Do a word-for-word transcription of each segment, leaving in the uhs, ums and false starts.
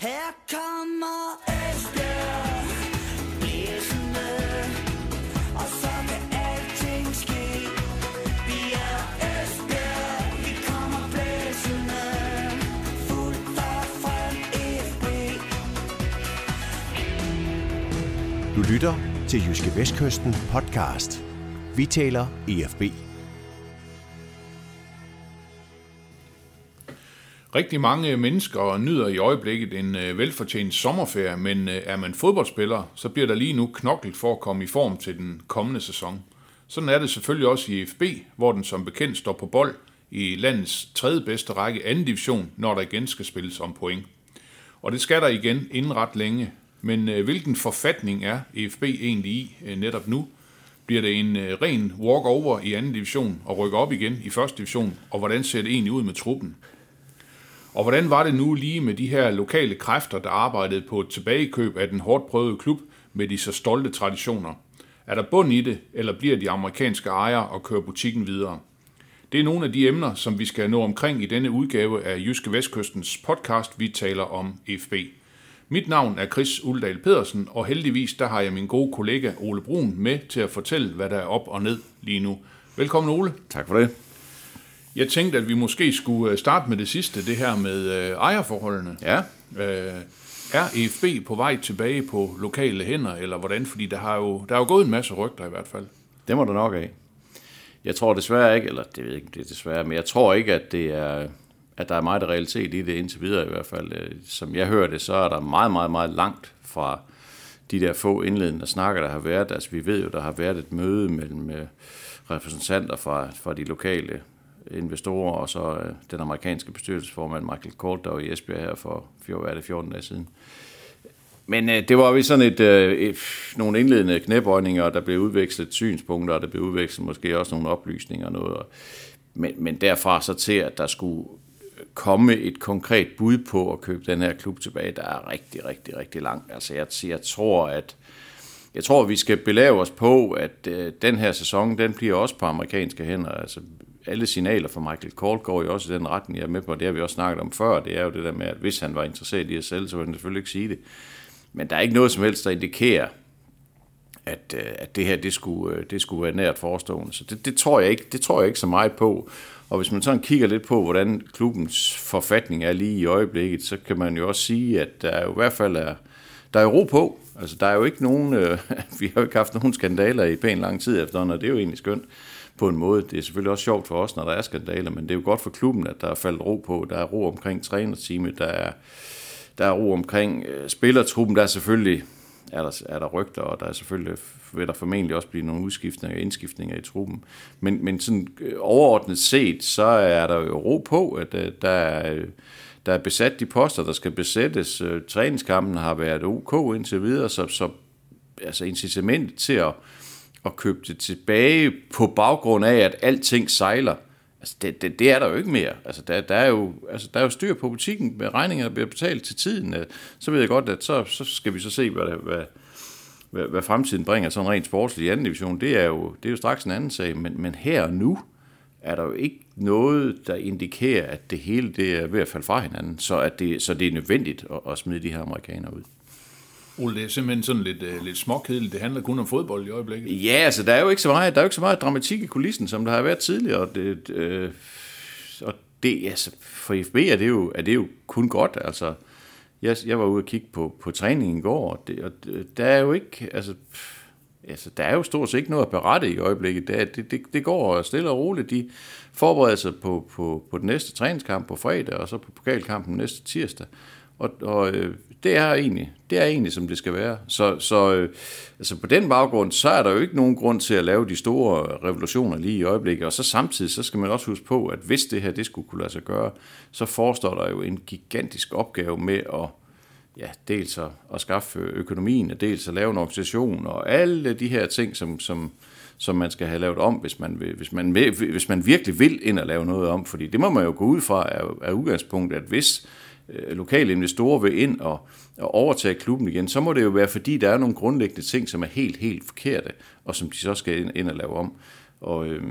Her kommer Esbjerg blæsende, og så kan alting ske. Vi er Esbjerg, vi kommer blæsende, fuldt og frem F B. Du lytter til Jyske Vestkysten podcast. Vi taler E F B. Rigtig mange mennesker nyder i øjeblikket en velfortjent sommerferie, men er man fodboldspiller, så bliver der lige nu knoklet for at komme i form til den kommende sæson. Sådan er det selvfølgelig også i E F B, hvor den som bekendt står på bold i landets tredje bedste række anden division, når der igen skal spilles om point. Og det skal der igen inden ret længe. Men hvilken forfatning er E F B egentlig i netop nu? Bliver det en ren walk-over i anden division og rykke op igen i første division? Og hvordan ser det egentlig ud med truppen? Og hvordan var det nu lige med de her lokale kræfter, der arbejdede på et tilbagekøb af den hårdt prøvede klub med de så stolte traditioner? Er der bund i det, eller bliver de amerikanske ejere og kører butikken videre? Det er nogle af de emner, som vi skal nå omkring i denne udgave af Jyske Vestkystens podcast, vi taler om E F B. Mit navn er Chris Uldal Pedersen, og heldigvis der har jeg min gode kollega Ole Brun med til at fortælle, hvad der er op og ned lige nu. Velkommen, Ole. Tak for det. Jeg tænkte, at vi måske skulle starte med det sidste, det her med øh, ejerforholdene. Ja. Øh, er E F B på vej tilbage på lokale hænder, eller hvordan? Fordi der har jo, der er jo gået en masse rygter i hvert fald. Det må der nok af. Jeg tror desværre ikke, eller det ved jeg ikke, det er desværre, men jeg tror ikke, at det er, at der er meget realitet i det indtil videre i hvert fald. Som jeg hører det, så er der meget, meget, meget langt fra de der få indledende snakker, der har været. Altså vi ved jo, der har været et møde mellem repræsentanter fra, fra de lokale investorer, og så øh, den amerikanske bestyrelsesformand Michael Colt, der var i Esbjerg her for fjorten dage siden. Men øh, det var jo sådan et, øh, et, nogle indledende knæbøjninger, der blev udvekslet synspunkter, og der blev udvekslet måske også nogle oplysninger og noget. Men, men derfra så til, at der skulle komme et konkret bud på at købe den her klub tilbage, der er rigtig, rigtig, rigtig langt. Altså jeg, jeg tror, at jeg tror, at vi skal belave os på, at øh, den her sæson, den bliver også på amerikanske hænder. Altså alle signaler fra Michael Colt går jo også i den retning, jeg er med på, det har vi også snakket om før, det er jo det der med, at hvis han var interesseret i at sælge, så ville han selvfølgelig ikke sige det. Men der er ikke noget som helst, der indikerer, at, at det her, det skulle, det skulle være nært forestående. Så det, det, tror jeg ikke, det tror jeg ikke så meget på. Og hvis man sådan kigger lidt på, hvordan klubbens forfatning er lige i øjeblikket, så kan man jo også sige, at der jo i hvert fald er, der er ro på. Altså der er jo ikke nogen, øh, vi har jo ikke haft nogen skandaler i pæn lang tid efterhånden, og det er jo egentlig skønt på en måde. Det er selvfølgelig også sjovt for os, når der er skandaler, men det er jo godt for klubben, at der er faldet ro på. Der er ro omkring trænerteamet, der er, der er ro omkring øh, spillertruppen, der er selvfølgelig er der, er der rygter, og der er selvfølgelig, vil der formentlig også blive nogle udskiftninger og indskiftninger i truppen. Men, men sådan øh, overordnet set, så er der jo ro på, at øh, der er... Øh, Der er besat de poster, der skal besættes. Træningskampen har været ok indtil videre, så, så altså incitamentet til at, at købe det tilbage på baggrund af, at alting sejler, altså det, det, det er der jo ikke mere. Altså der, der, er jo, altså der er jo styr på butikken, med regningerne bliver betalt til tiden. Så ved jeg godt, at så, så skal vi så se, hvad, hvad, hvad, hvad fremtiden bringer sådan rent sportsligt i anden division. Det er jo, det er jo straks en anden sag, men, men her og nu er der jo ikke noget, der indikerer, at det hele det er ved at falde fra hinanden, så, at det, så det er nødvendigt at, at smide de her amerikanere ud. Ole, det er simpelthen sådan lidt, uh, lidt småkedeligt. Det handler kun om fodbold i øjeblikket. Ja, altså der er jo ikke så meget, der er jo ikke så meget dramatik i kulissen, som der har været tidligere, og det, øh, og det altså, for E F B er det jo, er det jo kun godt. Altså, jeg, jeg var ude og kigge på, på træningen i går, og, det, og der er jo ikke, altså... Altså, der er jo stort set ikke noget at berette i øjeblikket. Det, det, det, det går stille og roligt. De forbereder sig på, på, på den næste træningskamp på fredag, og så på pokalkampen næste tirsdag. Og, og øh, det, er egentlig, det er egentlig, som det skal være. Så, så øh, altså på den baggrund, så er der jo ikke nogen grund til at lave de store revolutioner lige i øjeblikket. Og så samtidig, så skal man også huske på, at hvis det her det skulle kunne lade sig gøre, så forestår der jo en gigantisk opgave med at ja, dels at, at skaffe økonomien, og dels at lave en organisation, og alle de her ting, som, som, som man skal have lavet om, hvis man, vil, hvis, man vil, hvis man virkelig vil ind og lave noget om. Fordi det må man jo gå ud fra af, af udgangspunkt, at hvis øh, lokale investorer vil ind og, og overtage klubben igen, så må det jo være, fordi der er nogle grundlæggende ting, som er helt, helt forkerte, og som de så skal ind, ind og lave om. Og øh,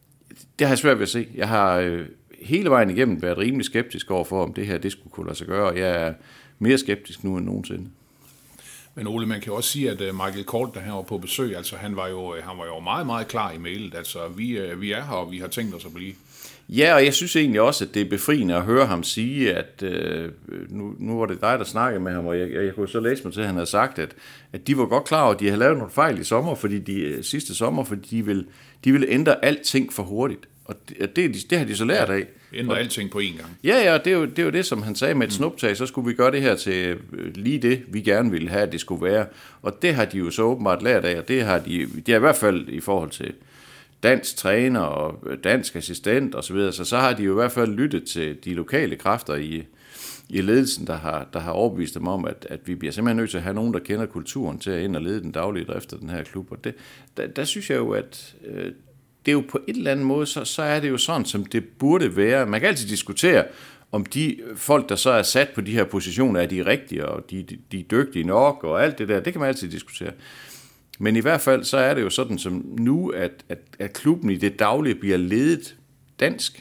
det har jeg svært ved at se. Jeg har øh, hele vejen igennem været rimelig skeptisk overfor, om det her det skulle kunne lade sig gøre, og jeg er mere skeptisk nu end nogensinde. Men Ole, man kan jo også sige, at Michael Kort, der her var på besøg, altså han var jo, han var jo meget, meget klar i mailet. Altså vi, vi er her, og vi har tænkt os at blive. Ja, og jeg synes egentlig også, at det er befriende at høre ham sige, at øh, nu, nu var det dig, der snakkede med ham, og jeg, jeg kunne så læse mig til, at han havde sagt, at, at de var godt klar over, at de havde lavet nogle fejl i sommer, fordi de sidste sommer, fordi de ville, de ville ændre alting for hurtigt. Og det, det, det har de så lært af. Ændre og, alting på én gang. Ja, ja, det er, jo, det er jo det, som han sagde med et snuptag, så skulle vi gøre det her til lige det, vi gerne ville have, at det skulle være. Og det har de jo så åbenbart lært af, og det har de, det er i hvert fald i forhold til dansk træner og dansk assistent og så videre, så, så har de jo i hvert fald lyttet til de lokale kræfter i, i ledelsen, der har, der har overbevist dem om, at, at vi bliver simpelthen nødt til at have nogen, der kender kulturen til at ind og lede den daglige drift af den her klub. Og det, der, der synes jeg jo, at øh, det er jo på et eller andet måde, så, så er det jo sådan, som det burde være. Man kan altid diskutere, om de folk, der så er sat på de her positioner, er de rigtige, og de, de, de er dygtige nok, og alt det der, det kan man altid diskutere. Men i hvert fald, så er det jo sådan som nu, at, at, at klubben i det daglige bliver ledet dansk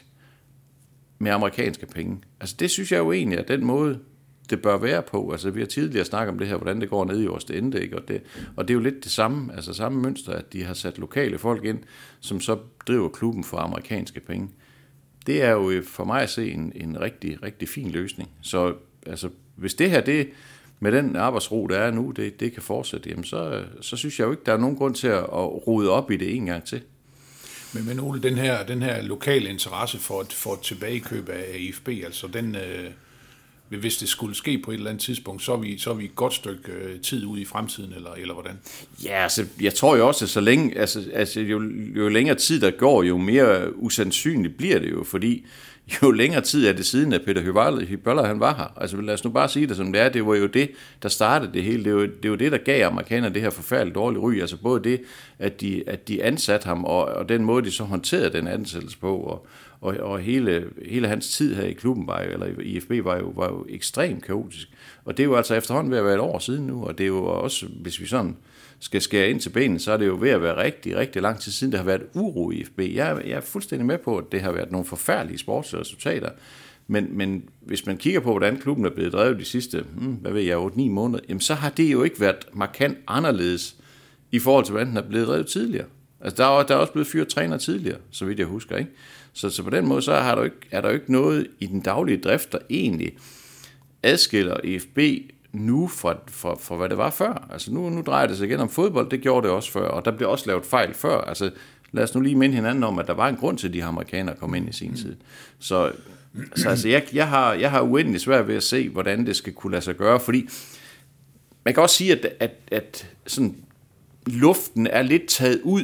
med amerikanske penge. Altså det synes jeg jo egentlig er den måde, det bør være på. Altså vi har tidligere snakket om det her, hvordan det går ned i Oostende, ikke? Og det, og det er jo lidt det samme, altså samme mønster, at de har sat lokale folk ind, som så driver klubben for amerikanske penge. Det er jo for mig at se en, en rigtig, rigtig fin løsning. Så altså, hvis det her, det med den arbejdsro, der er nu, det, det kan fortsætte, jamen så, så synes jeg jo ikke, der er nogen grund til at, at rode op i det en gang til. Men, men Ole, den her, den her lokale interesse for et, for et tilbagekøb af I F B, altså den, øh, hvis det skulle ske på et eller andet tidspunkt, så er vi, så er vi et godt stykke øh, tid ude i fremtiden, eller, eller hvordan? Ja, altså, jeg tror jo også, at så længe, altså, altså jo, jo længere tid der går, jo mere usandsynligt bliver det jo, fordi jo længere tid er det siden, at Peter Hybøller, han var her. Altså lad os nu bare sige det, som det er. Det var jo det, der startede det hele. Det var jo det, var det der gav amerikanerne det her forfærdeligt dårlige ry. Altså både det, at de, at de ansatte ham, og, og den måde, de så håndterede den ansættelse på, og, og, og hele, hele hans tid her i klubben, var jo, eller i I F B, var jo, var jo ekstremt kaotisk. Og det er jo altså efterhånden ved at være et år siden nu, og det er jo også, hvis vi sådan skal skære ind til benene, så er det jo ved at være rigtig, rigtig lang tid siden, det har været uro i I F B. Jeg er, jeg er fuldstændig med på, at det har været nogle forfærdelige sportsresultater, men, men hvis man kigger på, hvordan klubben er blevet drevet de sidste, hmm, hvad ved jeg, otte ni måneder, jamen så har det jo ikke været markant anderledes i forhold til, hvordan den er blevet drevet tidligere. Altså der er, der er også blevet fyret træner tidligere, så vidt jeg husker, ikke? Så, så på den måde, så har der jo ikke, er der jo ikke noget i den daglige drift, der egentlig adskiller I F B nu fra, fra, fra hvad det var før. Altså nu, nu drejer det sig igen om fodbold, det gjorde det også før, og der blev også lavet fejl før. Altså lad os nu lige minde hinanden om, at der var en grund til, at de her amerikanere kom ind i sin tid. Så, så altså, jeg, jeg, har, jeg har uendelig svært ved at se, hvordan det skal kunne lade sig gøre, fordi man kan også sige, at, at, at sådan, luften er lidt taget ud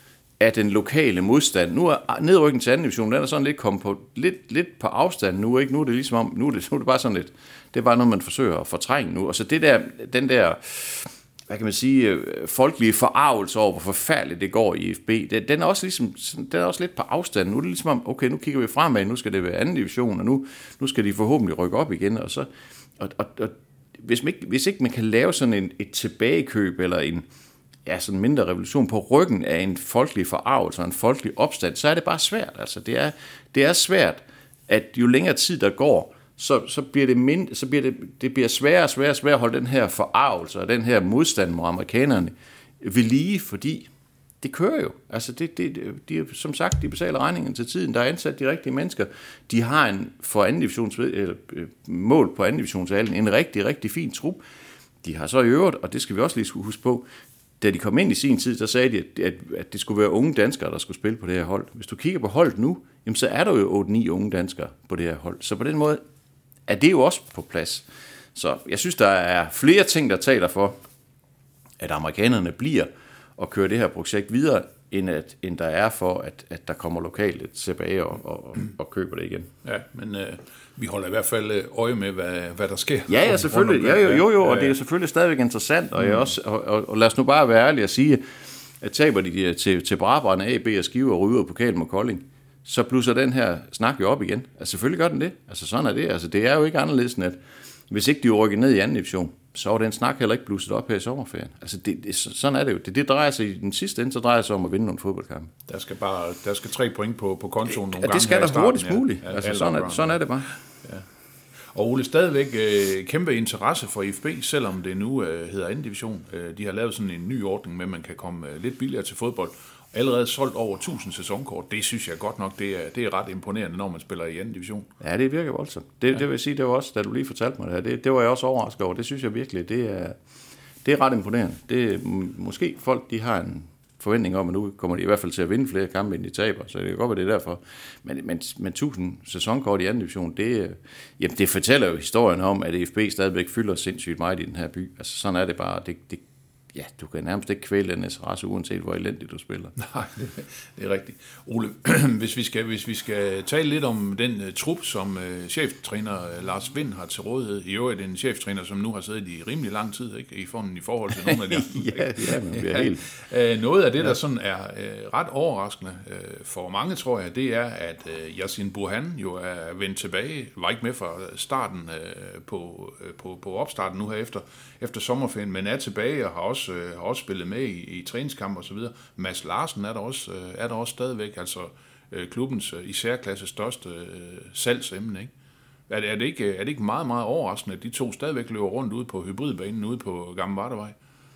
af den lokale modstand. Nu er nedrykningen til anden division, den er sådan lidt kommet på, lidt, lidt på afstand nu, ikke? Nu er det ligesom om, nu er det, nu er det bare sådan lidt, det er bare noget, man forsøger at fortrænge nu. Og så det der, den der, hvad kan man sige, folkelige forarvelse over, hvor forfærdeligt det går i I F B, det, den er også ligesom, den er også lidt på afstand. Nu er det ligesom om, okay, nu kigger vi fremad, nu skal det være anden division, og nu, nu skal de forhåbentlig rykke op igen, og så, og, og, og hvis, man ikke, hvis ikke man kan lave sådan en, et tilbagekøb, eller en, ja, sådan en mindre revolution på ryggen af en folkelig forarvelse og en folkelig opstand, så er det bare svært. Altså, det er, det er svært, at jo længere tid der går, så, så bliver det mind, så bliver det, det bliver sværere og sværere, sværere at holde den her forarvelse og den her modstand mod amerikanerne ved lige, fordi det kører jo. Altså, det, det, de, som sagt, de betaler regningen til tiden. Der er ansat de rigtige mennesker. De har en for anden divisions, eller, mål på anden divisionsalderen en rigtig, rigtig fin trup. De har så i øvrigt, og det skal vi også lige huske på, da de kom ind i sin tid, der sagde de, at, at det skulle være unge danskere, der skulle spille på det her hold. Hvis du kigger på holdet nu, jamen, så er der jo otte ni unge danskere på det her hold. Så på den måde er det jo også på plads. Så jeg synes, der er flere ting, der taler for, at amerikanerne bliver og kører det her projekt videre, end, at, end der er for, at, at der kommer lokalt tilbage og, og, og køber det igen. Ja, men øh, vi holder i hvert fald øje med, hvad, hvad der sker. Ja, ja, selvfølgelig. Ja, jo, jo, jo, og det er selvfølgelig stadigvæk interessant, og, jeg også, og, og, og lad os nu bare være ærlige og sige, at taber de til, til Brabrand, A, B og Skive og ryger pokalen mod Kolding, så blusser den her snak jo op igen. Altså selvfølgelig gør den det. Altså sådan er det. Altså det er jo ikke anderledes end, at hvis ikke de rykker ned i anden division, så var den snak heller ikke blusset op her i sommerferien. Altså det, det, sådan er det jo. Det, det drejer sig i den sidste ende, så drejer sig om at vinde nogle fodboldkampe. Der skal bare der skal tre point på, på kontoen nogle ja, gange. Det skal der hurtigst ja. muligt. Ja, altså sådan er, sådan er det bare. Ja. Og Ole, stadigvæk øh, kæmpe interesse for I F B, selvom det nu øh, hedder anden division. Øh, de har lavet sådan en ny ordning med, at man kan komme øh, lidt billigere til fodbold. Allerede solgt over tusind sæsonkort. Det synes jeg godt nok, det er, det er ret imponerende, når man spiller i anden division. Ja, det virker voldsomt. Det, ja. det vil jeg sige, det var også, da du lige fortalte mig det her, det, det var jeg også overrasket over. Det synes jeg virkelig, det er, det er ret imponerende. Det, måske folk, de har en forventning om, at nu kommer de i hvert fald til at vinde flere kampe, end de taber, så det kan godt være, det er derfor. Men, men, men tusind sæsonkort i anden division, det, jamen, det fortæller jo historien om, at I F B stadigvæk fylder sindssygt meget i den her by. Altså sådan er det bare. Det, det, ja, du kan nærmest ikke kvæle den interesse, uanset hvor elendigt du spiller. Nej, det, det er rigtigt. Ole, hvis vi skal, hvis vi skal tale lidt om den uh, trup, som uh, cheftræner uh, Lars Vind har til rådighed. I øvrigt en cheftræner, som nu har siddet i rimelig lang tid, ikke? I, form, i forhold til nogle af de ja, ja, man bliver helt... uh, noget af det, der sådan er uh, ret overraskende uh, for mange, tror jeg, det er, at uh, Yasin Burhan jo er vendt tilbage, var ikke med fra starten uh, på, uh, på, på opstarten nu her efter, efter sommerferien, men er tilbage og har også har også spillet med i, i træningskampe og så videre. Mads Larsen er der også, er der også stadigvæk, altså øh, klubbens øh, i særklasse største øh, salgsemne, ikke? Er det, er, det ikke, er det ikke meget, meget overraskende, at de to stadigvæk løber rundt ude på hybridbanen ude på Gammel Vardevej?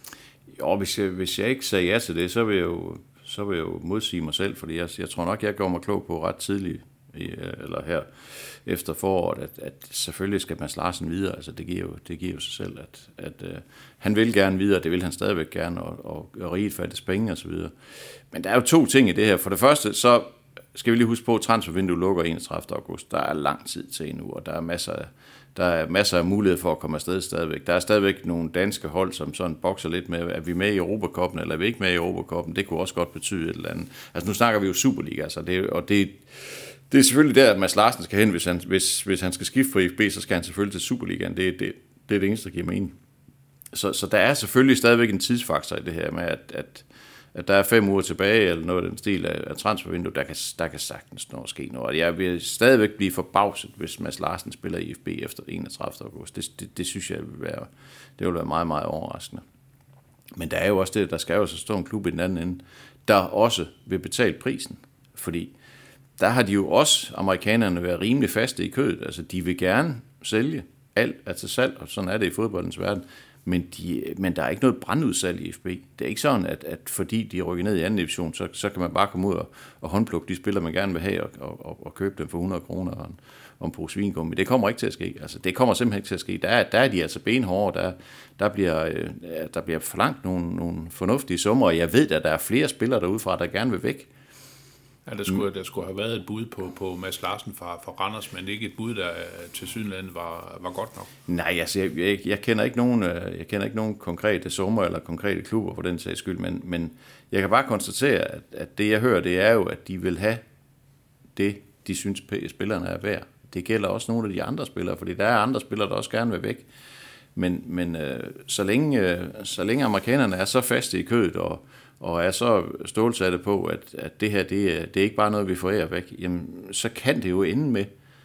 Jo, hvis jeg, hvis jeg ikke sagde ja til det, så vil jeg jo, så vil jeg jo modsige mig selv, fordi jeg, jeg tror nok, jeg går mig klog på ret tidligt, i, eller her efter foråret, at, at selvfølgelig skal Mads Larsen videre. Altså det giver jo, det giver jo sig selv, at, at uh, han vil gerne videre, det vil han stadigvæk gerne, og, og, og riget fattes penge og så videre. Men der er jo to ting i det her. For det første, så skal vi lige huske på, at transfervinduet lukker enogtredivte august. Der er lang tid til endnu, og der er masser af, der er masser af mulighed for at komme afsted stadigvæk. Der er stadigvæk nogle danske hold, som sådan bokser lidt med, er vi med i Europacupen, eller er vi ikke med i Europacupen? Det kunne også godt betyde et eller andet. Altså nu snakker vi jo Superliga, altså det, og det Det er selvfølgelig der, at Mads Larsen skal hen, hvis han, hvis, hvis han skal skifte fra I F B, så skal han selvfølgelig til Superligaen. Det, det, det er det eneste, der giver mening. Så, så der er selvfølgelig stadigvæk en tidsfaktor i det her med, at, at, at der er fem uger tilbage, eller noget af den stil af, af transfervinduet, der kan, der kan sagtens nå at ske noget. Jeg vil stadigvæk blive forbavset, hvis Mads Larsen spiller i I F B efter enogtredivte august. Det, det, det synes jeg vil være, det vil være meget, meget overraskende. Men der er jo også det, der skal jo så stå en klub i den anden ende, der også vil betale prisen, fordi der har de jo også, amerikanerne, været rimelig faste i kødet. Altså, de vil gerne sælge. Alt er til salg, og sådan er det i fodboldens verden. Men, de, men der er ikke noget brandudsalg i I F B. Det er ikke sådan, at, at fordi de rykker ned i anden division, så, så kan man bare komme ud og, og håndplukke de spillere, man gerne vil have, og, og, og købe dem for hundrede kroner og en, og en pose svingummi. Det kommer ikke til at ske. Altså, det kommer simpelthen ikke til at ske. Der er, der er de altså benhårde. Der, der, bliver, der bliver forlangt nogle, nogle fornuftige summer, og jeg ved, at der er flere spillere derudefra, der gerne vil væk. Ja, der skulle, der skulle have været et bud på, på Mads Larsen fra, fra Randers, men ikke et bud, der til Sydlandet var, var godt nok. Nej, altså, jeg, jeg, jeg, kender ikke nogen, jeg kender ikke nogen konkrete summer eller konkrete klubber for den sags skyld, men, men jeg kan bare konstatere, at, at det jeg hører, det er jo, at de vil have det, de synes, spillerne er værd. Det gælder også nogle af de andre spillere, fordi der er andre spillere, der også gerne vil væk. Men, men øh, så, længe, øh, så længe amerikanerne er så faste i kødet, og og er så stålsatte på, at, at det her, det er, det er ikke bare noget, vi forærer væk, jamen, så kan det jo ende med,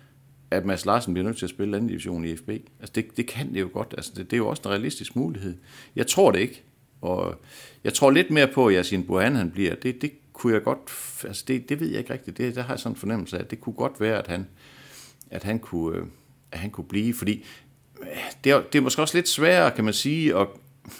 at Mads Larsen bliver nødt til at spille anden division i I F B. Altså, det, det kan det jo godt. Altså, det, det er jo også en realistisk mulighed. Jeg tror det ikke. Og jeg tror lidt mere på, at Yasin Burhan, han bliver. Det, det kunne jeg godt... Altså, det, det ved jeg ikke rigtigt. Det, der har jeg sådan en fornemmelse af, at det kunne godt være, at han, at han, kunne, at han kunne blive. Fordi det er, det er måske også lidt sværere, kan man sige, at...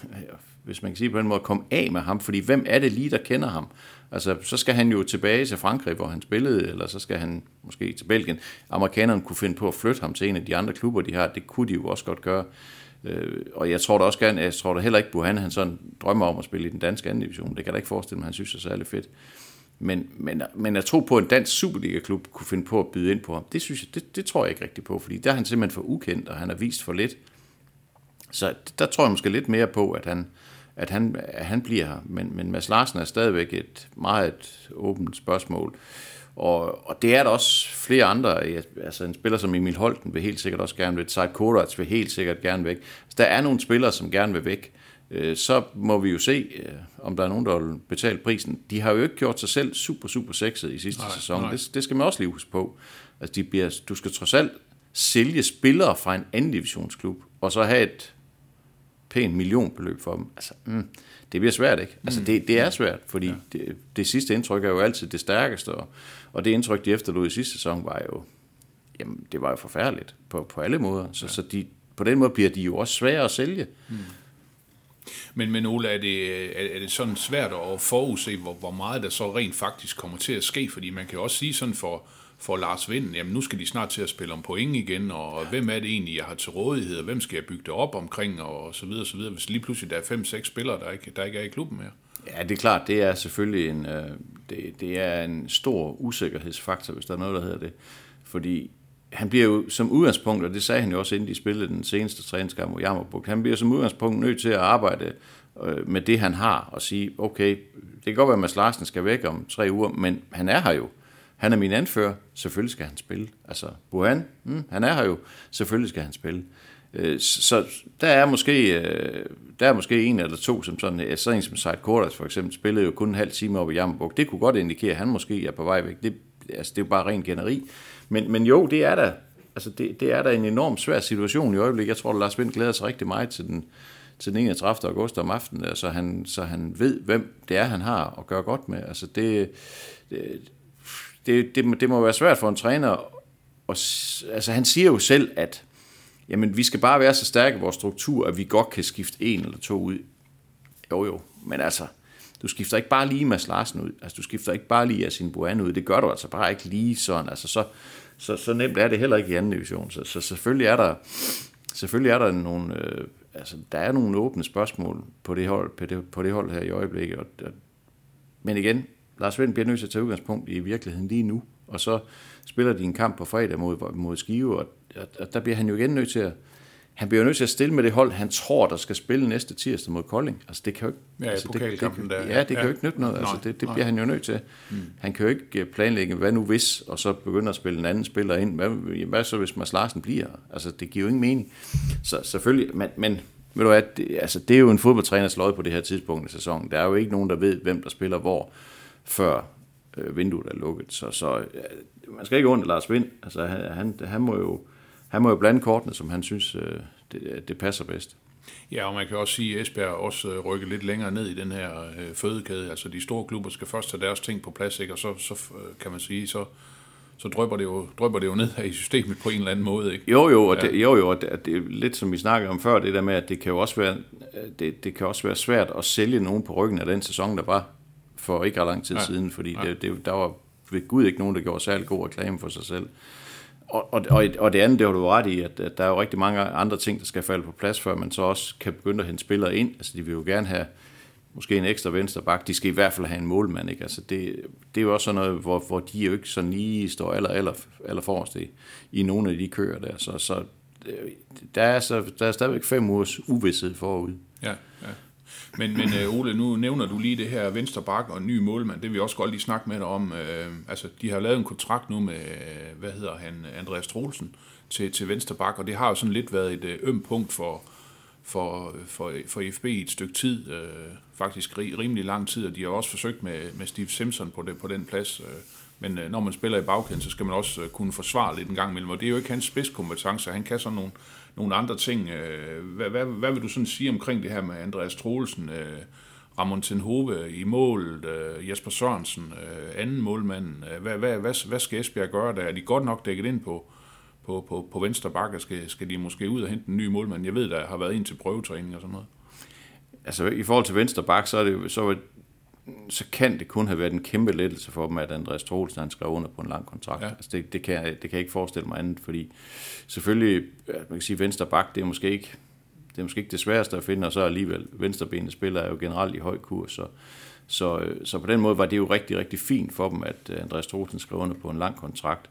hvis man kan sige på den måde, at komme af med ham, fordi hvem er det lige, der kender ham? Altså, så skal han jo tilbage til Frankrig, hvor han spillede, eller så skal han måske til Belgien. Amerikanerne kunne finde på at flytte ham til en af de andre klubber, de har. Det kunne de jo også godt gøre. Og jeg tror da også gerne, jeg tror da heller ikke, Burhan, han sådan drømmer om at spille i den danske anden division. Det kan da ikke forestille mig, han synes er særlig fedt. Men, men, men at tro på, at en dansk Superliga-klub kunne finde på at byde ind på ham, det, synes jeg, det, det tror jeg ikke rigtigt på, fordi der er han simpelthen for ukendt, og han har vist for lidt. Så der tror jeg måske lidt mere på, at han, at han, at han bliver her. Men, men Mads Larsen er stadigvæk et meget et åbent spørgsmål. Og, og det er der også flere andre. Altså en spiller som Emil Holten vil helt sikkert også gerne væk. Said Korac vil helt sikkert gerne væk. Så der er nogle spillere, som gerne vil væk. Så må vi jo se, om der er nogen, der vil betale prisen. De har jo ikke gjort sig selv super, super sexet i sidste nej, sæson. Nej. Det, det skal man også lige huske på. Altså de bliver, du skal trods alt sælge spillere fra en anden divisionsklub, og så have et pænt millionbeløb for dem. Altså, mm, det bliver svært, ikke? Altså, det, det er svært, fordi ja. det, det sidste indtryk er jo altid det stærkeste, og, og det indtryk, de efterlod i sidste sæson, var jo, jamen det var jo forfærdeligt på, på alle måder. Så, ja. så de, på den måde bliver de jo også svære at sælge. Mm. Men, men Ole, er det, er det sådan svært at forudse, hvor, hvor meget der så rent faktisk kommer til at ske? Fordi man kan jo også sige sådan for, for Lars Vind, jamen nu skal de snart til at spille om point igen, og ja. hvem er det egentlig, jeg har til rådighed, og hvem skal jeg bygge det op omkring, og så videre, så videre. Hvis lige pludselig der er fem seks spillere, der ikke, der ikke er i klubben mere. Ja, det er klart, det er selvfølgelig en, øh, det, det er en stor usikkerhedsfaktor, hvis der er noget, der hedder det. Fordi han bliver jo som udgangspunkt, og det sagde han jo også, inden de spillede den seneste træningskamp mod Jammerbugt, han bliver som udgangspunkt nødt til at arbejde øh, med det, han har, og sige, okay, det kan godt være, at Mads Larsen skal væk om tre uger, men han er her jo. Han er min anfører, selvfølgelig skal han spille. Altså, Burhan, hmm, han er her jo, selvfølgelig skal han spille. Øh, så der er måske øh, der er måske en eller to, som sådan, sådan en som Seid Kordas for eksempel, spillede jo kun en halv time op i Jammerbugt. Det kunne godt indikere, at han måske er på vej væk. Det, altså, det er jo bare ren gætteri. Men, men jo, det er da altså det, det er da en enormt svær situation i øjeblikket. Jeg tror, at Lars Vind glæder sig rigtig meget til den, til den enogtredivte august om aftenen, så han, så han ved, hvem det er, han har at gøre godt med. Altså det, det, det, det, det må være svært for en træner. Og, altså han siger jo selv, at jamen, vi skal bare være så stærke i vores struktur, at vi godt kan skifte en eller to ud. Jo jo, men altså, du skifter ikke bare lige Mads Larsen ud. Altså, du skifter ikke bare lige Yasin Burhan ud. Det gør du altså bare ikke lige sådan. Altså, så, så, så nemt er det heller ikke i anden division. Så, så selvfølgelig er der, selvfølgelig er der nogle, øh, altså, der er nogle åbne spørgsmål på det hold, på det, på det hold her i øjeblikket. Og, og, men igen, Lars Vind bliver nødt til at tage udgangspunkt i virkeligheden lige nu. Og så spiller de en kamp på fredag mod, mod Skive, og, og der bliver han jo igen nødt til at Han bliver jo nødt til at stille med det hold, han tror, der skal spille næste tirsdag mod Kolding. Altså, det kan jo ikke... Ja, altså, det, det, der. Ja, det kan ja. jo ikke nytte noget. Altså, det, det bliver han jo nødt til. Mm. Han kan jo ikke planlægge, hvad nu hvis, og så begynde at spille en anden spiller ind. Hvad, hvad så, hvis Mads Larsen bliver? Altså, det giver jo ingen mening. Så selvfølgelig... Men, men ved du hvad, det, altså, det er jo en fodboldtræners lod på det her tidspunkt i sæsonen. Der er jo ikke nogen, der ved, hvem der spiller hvor, før øh, vinduet er lukket. Så, så øh, man skal ikke under Lars Vind. Altså, han, han, han må jo... Han må jo blande kortene, som han synes, øh, det, det passer bedst. Ja, og man kan også sige, at Esbjerg også rykker lidt længere ned i den her øh, fødekæde. Altså de store klubber skal først have deres ting på plads, ikke? Og så, så kan man sige, så, så drypper, det jo, drypper det jo ned her i systemet på en eller anden måde. Ikke? Jo, jo, og, ja. det, jo, jo, og det, det er lidt som vi snakkede om før, det der med, at det kan jo også være, det, det kan også være svært at sælge nogen på ryggen af den sæson, der var for ikke ret lang tid ja. siden, fordi ja. det, det, der var ved Gud ikke nogen, der gjorde særlig god reklame for sig selv. Og, og, og det andet, det har du ret i, at, at der er jo rigtig mange andre ting, der skal falde på plads, før man så også kan begynde at hente spillere ind. Altså, de vil jo gerne have måske en ekstra venstreback. De skal i hvert fald have en målmand, ikke? Altså, det, det er jo også sådan noget, hvor, hvor de jo ikke sådan lige står aller, aller, aller forrest i, i nogle af de køer der. Så, så der er, så, der er stadigvæk fem ugers uvished forud. Ja, ja. Men, men Ole, nu nævner du lige det her venstre bak og en ny målmand. Det vil jeg også godt lige snakke med dig om. Øh, altså, de har lavet en kontrakt nu med, hvad hedder han, Andreas Troelsen til, til venstre bak, og det har jo sådan lidt været et øm punkt for, for, for, for F B i et stykke tid. Øh, faktisk rimelig lang tid, og de har også forsøgt med, med Steve Simpson på, det, på den plads. Men når man spiller i bagkæden, så skal man også kunne forsvare lidt en gang imellem, og det er jo ikke hans spidskompetence. Han kan sådan nogle nogle andre ting. Hvad, hvad, hvad vil du sådan sige omkring det her med Andreas Troelsen, Ramon Tenhove i målet, Jesper Sørensen, anden målmanden? Hvad, hvad, hvad, hvad skal Esbjerg gøre der? Er de godt nok dækket ind på, på, på, på venstre bakke? Skal, skal de måske ud og hente en ny målmand? Jeg ved, der har været ind til prøvetræning og sådan noget. Altså i forhold til venstre bakke, så er det så så kan det kun have været en kæmpe lettelse for dem, at Andreas Troelsen han skrev under på en lang kontrakt. Ja. Altså det, det, kan, det kan jeg ikke forestille mig andet, fordi selvfølgelig, man kan sige, venstre bak, det er måske ikke det, er måske ikke det sværeste at finde, og så alligevel venstrebenede spillere er jo generelt i høj kurs, så, så, så på den måde var det jo rigtig, rigtig fint for dem, at Andreas Troelsen skrev under på en lang kontrakt.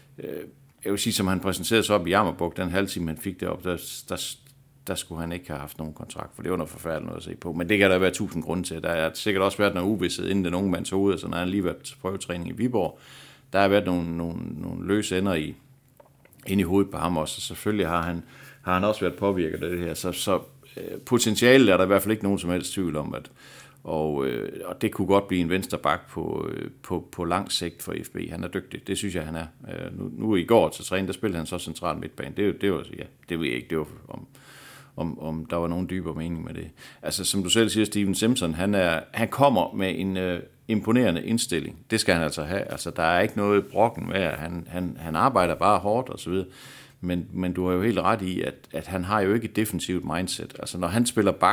Jeg vil sige, som han præsenterede sig op i Jammerbugt, den halve time, han fik derop, der, der der skulle han ikke have haft nogen kontrakt, for det var noget forfærdeligt noget at se på. Men det kan der være tusind grunde til. Der har sikkert også været noget uvished, inden den unge mand tog ud, altså når han lige været til prøvetræning i Viborg. Der har været nogle, nogle, nogle løse ender i, inde i hovedet på ham også, og selvfølgelig har han, har han også været påvirket af det her. Så, så potentialet er der i hvert fald ikke nogen som helst tvivl om, at, og, øh, og det kunne godt blive en venstre bak på, øh, på, på lang sigt for F B. Han er dygtig, det synes jeg, han er. Øh, nu, nu i går til træning, der spillede han så central midtbane. Det, det var, ja, det ved jeg ikke, det var om... Om, om der var nogen dybere mening med det. Altså, som du selv siger, Steven Simpson, han, er, han kommer med en, øh, imponerende indstilling. Det skal han altså have. Altså, der er ikke noget brokken med, at han, han, han arbejder bare hårdt og så videre. Men, men du har jo helt ret i, at, at han har jo ikke et defensivt mindset. Altså, når han spiller bak,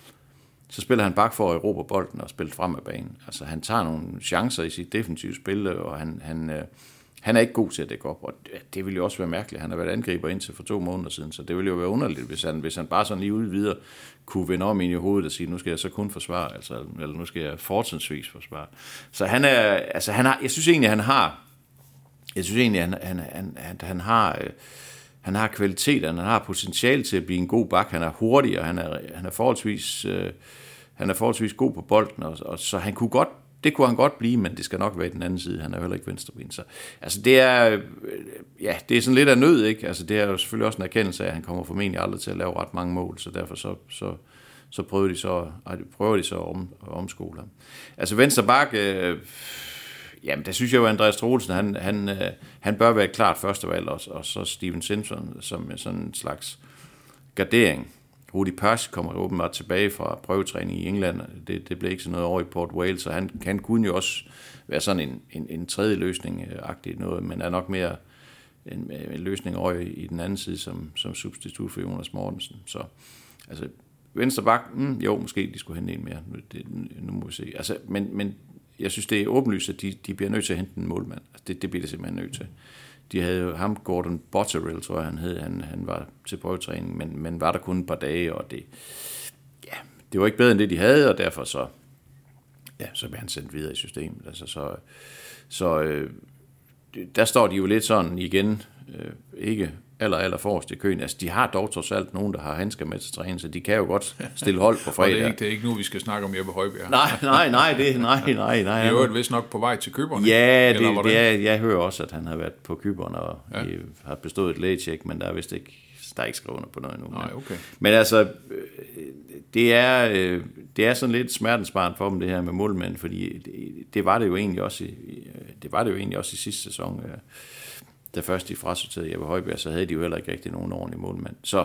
så spiller han bak for at erobre bolden og spille frem af banen. Altså, han tager nogle chancer i sit defensive spil, og han, han, øh, han er ikke god til at dække op. Og det, det ville jo også være mærkeligt. Han har været angriber indtil for to måneder siden, så det ville jo være underligt, hvis han, hvis han bare sådan lige ude videre kunne vende om ind i hovedet og sige, nu skal jeg så kun forsvare, altså, eller nu skal jeg fortrinsvis forsvare. Så han er, altså, han har, jeg synes egentlig, han har, jeg synes egentlig, han, han, han, han, han har, øh, han har kvalitet, han har potentiale til at blive en god bak, han er hurtig, og han er, han er forholdsvis, øh, han er forholdsvis god på bolden, og, og så han kunne godt, det kunne han godt blive, men det skal nok være i den anden side, han er jo heller ikke venstreben. Så altså det er, øh, ja, det er sådan lidt af nød, ikke? Altså det er jo selvfølgelig også en erkendelse af, at han kommer formentlig aldrig til at lave ret mange mål, så derfor så, så, så prøver de så, prøver de så at om, omskole ham. Altså venstre bak, øh, jamen, der synes jeg jo, at Andreas Troelsen, han, han, øh, han bør være et klart førstevalg, og, og så Steven Simpson som sådan en slags gardering. Rudi Persch kommer åbenbart tilbage fra prøvetræning i England. Det, det blev ikke sådan noget over i Port Vale, så han, han kunne jo også være sådan en, en, en tredje løsning-agtig noget, men er nok mere en, en løsning over i, i den anden side som, som substitut for Jonas Mortensen. Så altså, venstre bak, mm, jo, måske de skulle hente en mere. Det, nu må vi se. Altså, men, men jeg synes, det er åbenlyst, at de, de bliver nødt til at hente en målmand. Altså, det, det bliver det simpelthen nødt til. De havde jo ham, Gordon Botterill, tror jeg, han hed. Han, han var til prøvetræning, men, men var der kun et par dage, og det, ja, det var ikke bedre end det, de havde, og derfor så, ja, så blev han sendt videre i systemet. Altså, så, så øh, der står de jo lidt sådan igen, øh, ikke aller, aller forrest i køen. Altså, de har dog trods alt nogen, der har handsker med til træning, så de kan jo godt stille hold på fredag. Og det er ikke, det er ikke nu, vi skal snakke om Jeppe Højbjerg. Nej, nej, nej, det, nej, nej, nej. Det er jo et vist nok på vej til Cypern. Ja, det, det er, jeg hører også, at han har været på Cypern og ja. har bestået et lægetjek, men der er vist ikke, der er ikke skrevet på noget endnu. Nej, okay. Men altså, det er, det er sådan lidt smertensbarn for dem, det her med målmænd, fordi det, det var det jo egentlig også i, det var det jo egentlig også i sidste sæson. Da først de frasorterede Jeppe Højbjerg, så havde de jo heller ikke rigtig nogen ordentlig målmand. Så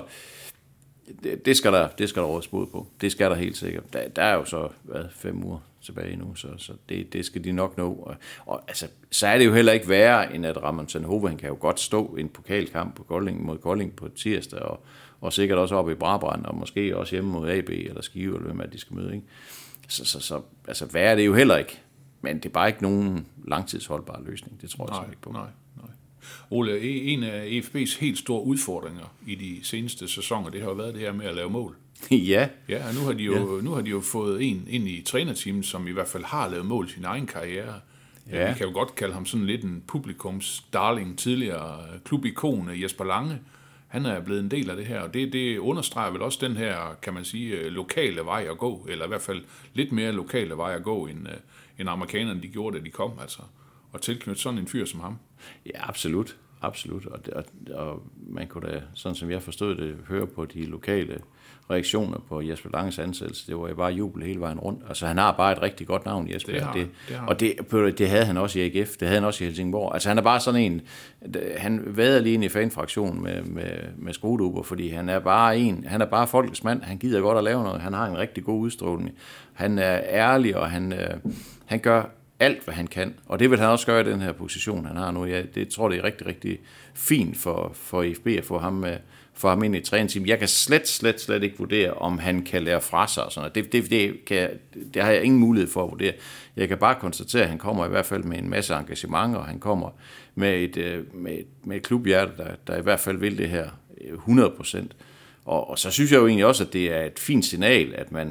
det, det skal der, det skal der rådes bod på. Det skal der helt sikkert. Der, der er jo så hvad, fem uger tilbage nu, så, så det, det skal de nok nå. Og, og altså, så er det jo heller ikke værre, end at Ramon Sanhove, han kan jo godt stå i en pokalkamp på Kolding, mod Kolding på tirsdag, og, og sikkert også oppe i Brabrand, og måske også hjemme mod A B eller Skive, eller hvem er de skal møde, ikke? Så, så, så altså, værre er det jo heller ikke. Men det er bare ikke nogen langtidsholdbar løsning. Det tror jeg nej, ikke på. Nej, nej. Ole, en af E F B's helt store udfordringer i de seneste sæsoner, det har jo været det her med at lave mål. Ja. Ja, og nu har de jo, ja. nu har de jo fået en ind i trænerteamet, som i hvert fald har lavet mål i sin egen karriere. Ja. Vi kan jo godt kalde ham sådan lidt en publikums darling, tidligere klubikon Jesper Lange. Han er blevet en del af det her, og det, det understreger vel også den her, kan man sige, lokale vej at gå, eller i hvert fald lidt mere lokale vej at gå, end, end amerikanerne de gjorde, da de kom, altså. Og tilknytte sådan en fyr som ham. Ja, absolut. Absolut. Og, og, og man kunne da, sådan som jeg forstod det, høre på de lokale reaktioner på Jesper Langes ansættelse. Det var jo bare jubel hele vejen rundt. Altså, han har bare et rigtig godt navn, Jesper. Det har, det, det har. Og det, det havde han også i A G F. Det havde han også i Helsingborg. Altså, han er bare sådan en... Han vader lige ind i fanfraktionen med, med, med skrueduber, fordi han er bare en... Han er bare folkets mand. Han gider godt at lave noget. Han har en rigtig god udstråling. Han er ærlig, og han, han gør alt, hvad han kan. Og det vil han også gøre i den her position, han har nu. Jeg det, tror, det er rigtig, rigtig fint for, for E F B at få ham, få ham ind i et træningsteam. Jeg kan slet, slet, slet ikke vurdere, om han kan lære fra sig og sådan noget. Det, det, det, kan, det har jeg ingen mulighed for at vurdere. Jeg kan bare konstatere, at han kommer i hvert fald med en masse engagement, og han kommer med et, med et, med et klubhjerte, der, der i hvert fald vil det her hundrede procent. Og, og så synes jeg jo egentlig også, at det er et fint signal, at man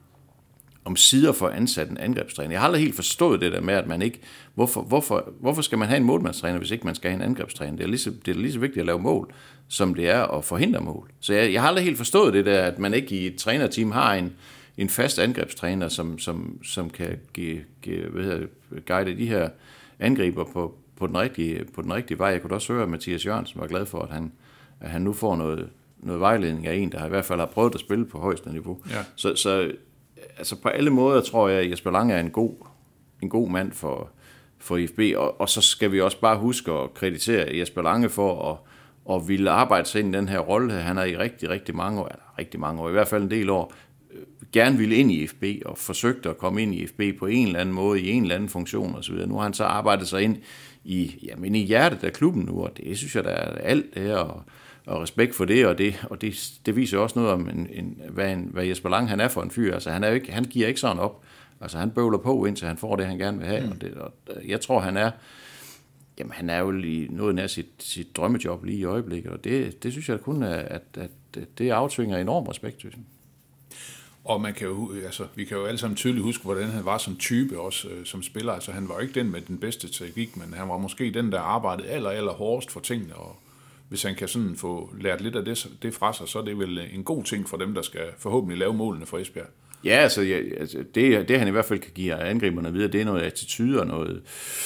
om sider for ansat en angrebstræner. Jeg har aldrig helt forstået det der med, at man ikke... Hvorfor, hvorfor, hvorfor skal man have en målmandstræner, hvis ikke man skal have en angrebstræner? Det er, lige så, det er lige så vigtigt at lave mål, som det er at forhindre mål. Så jeg, jeg har aldrig helt forstået det der, at man ikke i et trænerteam har en, en fast angrebstræner, som, som, som kan give, give, hvad hedder, guide de her angriber på, på, den rigtige, på den rigtige vej. Jeg kunne også høre, at Mathias Jørgensen var glad for, at han, at han nu får noget, noget vejledning af en, der i hvert fald har prøvet at spille på højeste niveau. Ja. Så... så altså på alle måder tror jeg, at Jesper Lange er en god, en god mand for, for E F B, og, og så skal vi også bare huske at kreditere Jesper Lange for at, at ville arbejde sig ind i den her rolle. Han har i rigtig, rigtig mange år, eller rigtig mange år, i hvert fald en del år, gerne ville ind i F B og forsøgte at komme ind i F B på en eller anden måde, i en eller anden funktion osv. Nu har han så arbejdet sig ind i, jamen, i hjertet af klubben nu, og det synes jeg, der er alt det her, og, og respekt for det, og det, og det, det viser også noget om, en, en, hvad, en, hvad Jesper Lange han er for en fyr. Altså, han, er jo ikke, han giver ikke sådan op. Altså, han bøvler på, indtil han får det, han gerne vil have. Mm. Og, det, og jeg tror, han er, jamen, han er jo lige noget nær sit, sit drømmejob lige i øjeblikket, og det, det synes jeg kun er, at, at det aftvinger enorm respekt, synes jeg. Og man kan jo, altså, vi kan jo alle sammen tydeligt huske, hvordan han var som type også øh, som spiller. Altså, han var jo ikke den med den bedste teknik, men han var måske den, der arbejdede aller, aller hårdest for tingene. Og hvis han kan sådan få lært lidt af det, det fra sig, så er det vel en god ting for dem, der skal forhåbentlig lave målene for Esbjerg. Ja, altså, ja, altså det, det han i hvert fald kan give angriberne videre, det er noget attitude og noget,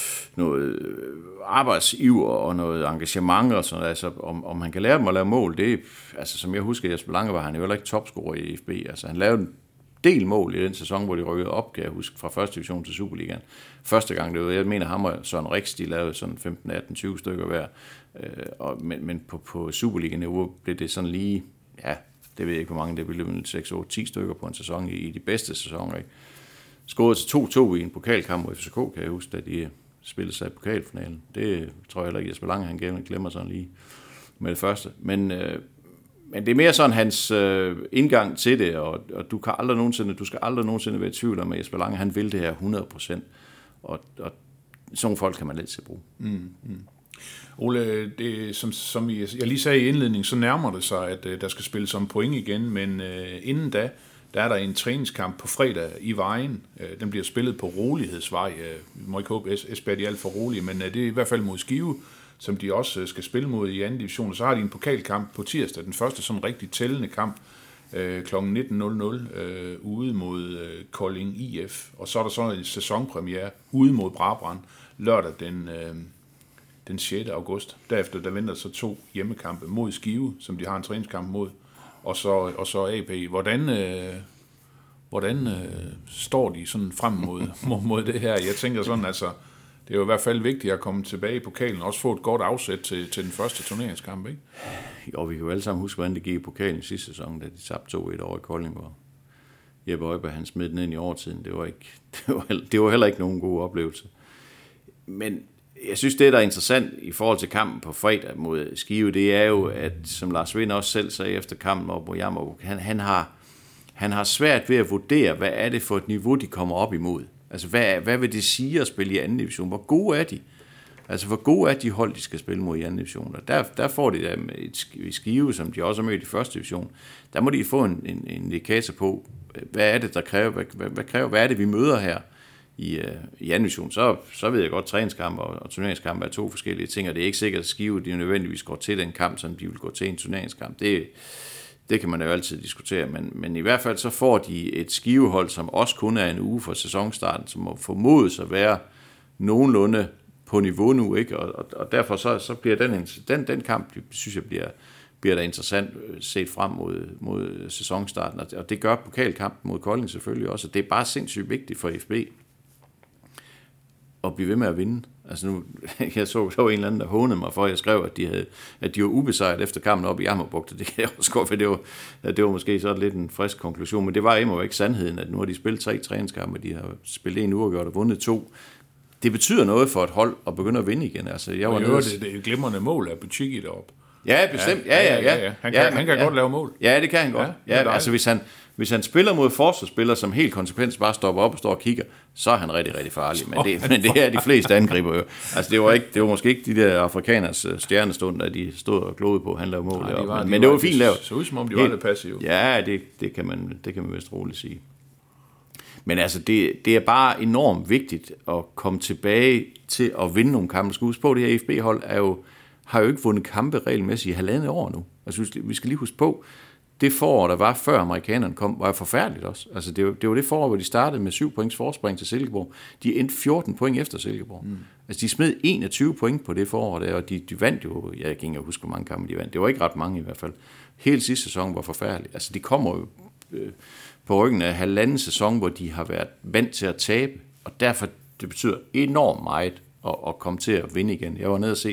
noget arbejdsiver og noget engagement og sådan noget. Altså, om, om han kan lære dem at lave mål, det altså, som jeg husker, Jesper Lange var han jo heller ikke topscorer i F B. Altså, han lavede en del mål i den sæson, hvor de rykkede op, kan jeg huske, fra første division til Superligaen. Første gang det var, jeg mener, ham og Søren Rix, de lavede sådan femten, atten, tyve stykker hver. Øh, og, men men på, på Superligaen-niveau blev det sådan lige, ja, det ved jeg ikke, hvor mange, det blev seks, otte, ti stykker på en sæson i, i de bedste sæsoner. Ikke? Skåret til to to i en pokalkamp mod F C K, kan jeg huske, da de spillede sig i pokalfinalen. Det tror jeg heller ikke, Jesper Lange, han glemmer sådan lige med det første. Men, øh, men det er mere sådan hans øh, indgang til det, og, og du, kan aldrig nogensinde, du skal aldrig nogensinde være i tvivl om, at Jesper Lange, han vil det her hundrede procent. Og, og sådan nogle folk kan man lidt til bruge. Mm, mm. Ole, det, som, som jeg lige sagde i indledningen, så nærmer det sig, at uh, der skal spilles om point igen, men uh, inden da, der er der en træningskamp på fredag i Vejen. Uh, den bliver spillet på rolighedsvej. Uh, vi må ikke håbe, at Esbjerg er alt for rolige, men uh, det er i hvert fald mod Skive, som de også uh, skal spille mod i anden division. Og så har de en pokalkamp på tirsdag, den første sådan rigtig tællende kamp, uh, klokken nitten nul nul uh, ude mod uh, Kolding I F. Og så er der så en sæsonpremiere ude mod Brabrand lørdag den... Uh, den sjette august. Derefter der venter så to hjemmekampe mod Skive, som de har en træningskamp mod, og så, og så A P. Hvordan, øh, hvordan øh, står de sådan frem mod, mod, mod det her? Jeg tænker sådan, altså, det er jo i hvert fald vigtigt at komme tilbage i pokalen, og også få et godt afsæt til, til den første turneringskamp, ikke? Jo, vi kan jo alle sammen huske, hvordan det gik i pokalen sidste sæson, da de tabte to et over i Kolding, hvor Jeppe Højberg, han smed den ind i overtiden. Det var, ikke, det var, det var heller ikke nogen god oplevelse. Men jeg synes, det, der er interessant i forhold til kampen på fredag mod Skive, det er jo, at som Lars Vind også selv sagde efter kampen op mod Jammerbugt, han, han, har, han har svært ved at vurdere, hvad er det for et niveau, de kommer op imod. Altså, hvad, hvad vil det sige at spille i anden division? Hvor gode er de? Altså, hvor gode er de hold, de skal spille mod i anden division? Og der, der får de da et Skive, som de også har mødt i første division. Der må de få en, en, en indikator på, hvad er det, der kræver? Hvad, hvad, hvad kræver? Hvad er det, vi møder her? I, uh, i anden division, så, så ved jeg godt, at træningskamp og, og turneringskamp er to forskellige ting, og det er ikke sikkert, at Skive de nødvendigvis går til den kamp, som de vil gå til en turneringskamp. Det, det kan man jo altid diskutere, men, men i hvert fald så får de et Skivehold, som også kun er en uge for sæsonstarten, som må formodes at være nogenlunde på niveau nu, ikke? Og, og, og derfor så, så bliver den, den, den kamp, synes jeg, bliver, bliver da interessant set frem mod, mod sæsonstarten, og det gør pokalkampen mod Kolding selvfølgelig også, og det er bare sindssygt vigtigt for F B og blive ved med at vinde. Altså nu, jeg så, så en eller anden, der hånede mig for, at jeg skrev, at de, havde, at de var ubesejret efter kampen op i Jammerbugt, og det kan jeg også godt, for det var, det var måske så lidt en frisk konklusion, men det var imod ikke sandheden, at nu har de spillet tre træningskampe, de har spillet en uafgjort og vundet to. Det betyder noget for et hold at begynde at vinde igen. Altså, jeg var jo, det, det er et glimrende mål af Buciki deroppe. Ja, bestemt. Ja, ja, ja. ja, ja. Han kan, ja, han kan ja. godt lave mål. Ja, det kan han godt. Ja, ja, altså, hvis han, hvis han spiller mod forsvarsspillere, som helt konsekvent bare stopper op og står og kigger, så er han rigtig, rigtig farlig. Men det, men det er de fleste angriber jo. Altså, det var, ikke, det var måske ikke de der afrikaners stjernestund, der de stod og glodede på, han lavede mål. Nej, de var, men, de men det var, var fint lavet. Så ud som om de var lidt passive. Ja, det, det, kan man, det kan man vist roligt sige. Men altså, det, det er bare enormt vigtigt at komme tilbage til at vinde nogle kampe. Skal huske på, det her F B-hold er jo, har jo ikke vundet kampe regelmæssigt i halvandet år nu. Altså, vi skal lige huske på, det forår, der var før amerikanerne kom, var jo forfærdeligt også. Altså, det var det, var det forår, hvor de startede med syv points forspring til Silkeborg. De endte fjorten point efter Silkeborg. Mm. Altså, de smed enogtyve point på det forår der, og de, de vandt jo, jeg kan ikke huske, hvor mange kampe de vandt. Det var ikke ret mange i hvert fald. Hele sidste sæson var forfærdelig. Altså, de kommer jo øh, på ryggen af halvanden sæson, hvor de har været vant til at tabe, og derfor det betyder enormt meget at, at komme til at vinde igen. Jeg var nede og se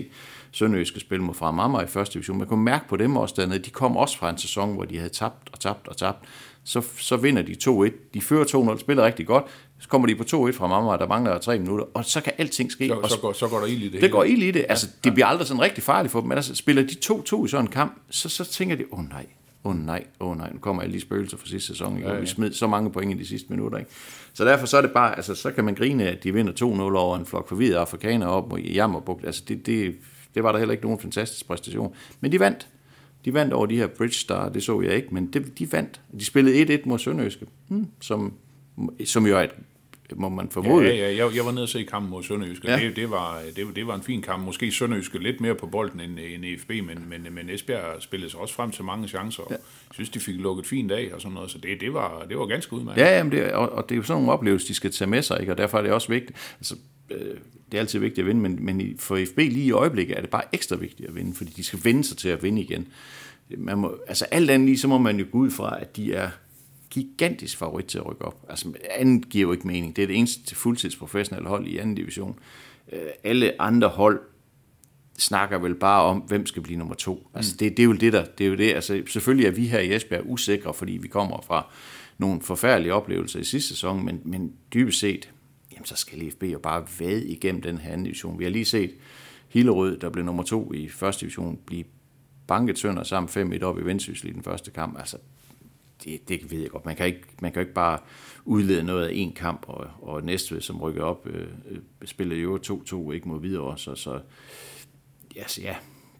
Sønderjyske spil mod Fremad Amager i første division. Man kunne mærke på dem også dernede, de kom også fra en sæson, hvor de havde tabt og tabt og tabt. Så, så vinder de to et. De fører to nul, spiller rigtig godt. Så kommer de på to et fra Amager, der mangler tre minutter, og så kan alting ske. Så, så, går, så går der ild i det. Det hele. går ild i det. Altså, det bliver aldrig sådan rigtig farligt for dem, men altså, spiller de to to i sådan en kamp, så, så tænker de, åh oh, nej, åh oh, nej, åh oh, nej, nu kommer alle de spøgelser fra sidste sæson, ikke? Ja, ja. Vi smed så mange point i de sidste minutter, ikke? Så derfor så er det bare, altså, så kan man grine, at de vinder to nul over en flok forvirrede afrikanere op i Jammerbugt. Altså, det, det, det var der heller ikke nogen fantastisk præstation. Men de vandt. De vandt over de her Bridge Star, det så jeg ikke, men det, de vandt. De spillede et et mod Sønderjyske, hmm, som, som jo er et, må man formode. Ja, ja, jeg, jeg var nede og se kampen mod Sønderjyske. Ja. Det, det, var, det, det var en fin kamp. Måske Sønderjyske lidt mere på bolden end, end E F B, men, men, men Esbjerg spillede sig også frem til mange chancer. Ja. Jeg synes, de fik lukket fint af og sådan noget, så det, det, var, det var ganske udmærket. Ja, jamen det, og, og det er jo sådan nogle oplevelser, de skal tage med sig, ikke? Og derfor er det også vigtigt. Altså, det er altid vigtigt at vinde, men, men for E F B lige i øjeblikket er det bare ekstra vigtigt at vinde, fordi de skal vende sig til at vinde igen. Man må, altså alt andet lige, så må man jo gå ud fra, at de er gigantisk favorit til at rykke op. Altså andet giver jo ikke mening. Det er det eneste til fuldtidsprofessionelle hold i anden division. Alle andre hold snakker vel bare om, hvem skal blive nummer to. Altså det, det er jo det der, det er jo det. Altså selvfølgelig er vi her i Esbjerg usikre, fordi vi kommer fra nogle forfærdelige oplevelser i sidste sæson, men, men dybest set, jamen så skal E F B jo bare vade igennem den her anden division. Vi har lige set Hillerød, der blev nummer to i første division, blive banket Sønder sammen fem et op i Vendsyssel i den første kamp. Altså, det, det ved jeg godt. Man kan ikke, man kan ikke bare udlede noget af en kamp, og, og Næstved, som rykker op, øh, spillede jo to to, ikke mod Hvidovre, så, så yes, ja.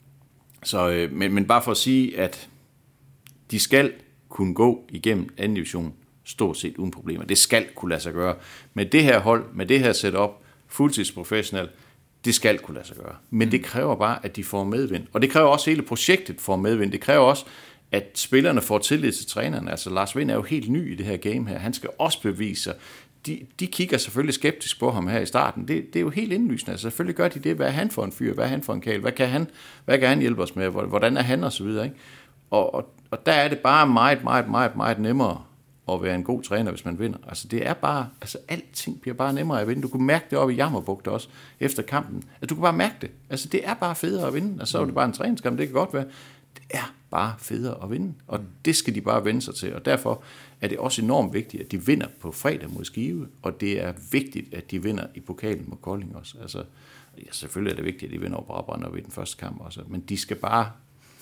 Så, øh, men, men bare for at sige, at de skal kunne gå igennem anden division stort set uden problemer. Det skal kunne lade sig gøre. Med det her hold, med det her setup, fuldtidsprofessionel, det skal kunne lade sig gøre. Men det kræver bare, at de får medvind. Og det kræver også, at hele projektet får medvind. Det kræver også, at spillerne får tillid til træneren. Altså Lars Vind er jo helt ny i det her game her. Han skal også bevise sig. De, de kigger selvfølgelig skeptisk på ham her i starten. Det, det er jo helt indlysende. Altså, selvfølgelig gør de det. Hvad er han for en fyr? Hvad er han for en kæl? Hvad kan han, hvad kan han hjælpe os med? Hvordan er han? Og så videre, ikke? Og, og, og der er det bare meget, meget, meget, meget nemmere at være en god træner, hvis man vinder. Altså det er bare, altså alting bliver bare nemmere at vinde. Du kunne mærke det oppe i Jammerbugt også, efter kampen. Altså du kunne bare mærke det. Altså det er bare federe at vinde. Altså så er det bare en træningskamp, det kan godt være. Det er bare federe at vinde. Og det skal de bare vende sig til. Og derfor er det også enormt vigtigt, at de vinder på fredag mod Skive. Og det er vigtigt, at de vinder i pokalen mod Kolding også. Altså ja, selvfølgelig er det vigtigt, at de vinder over Brabrand og ved den første kamp også. Men de skal bare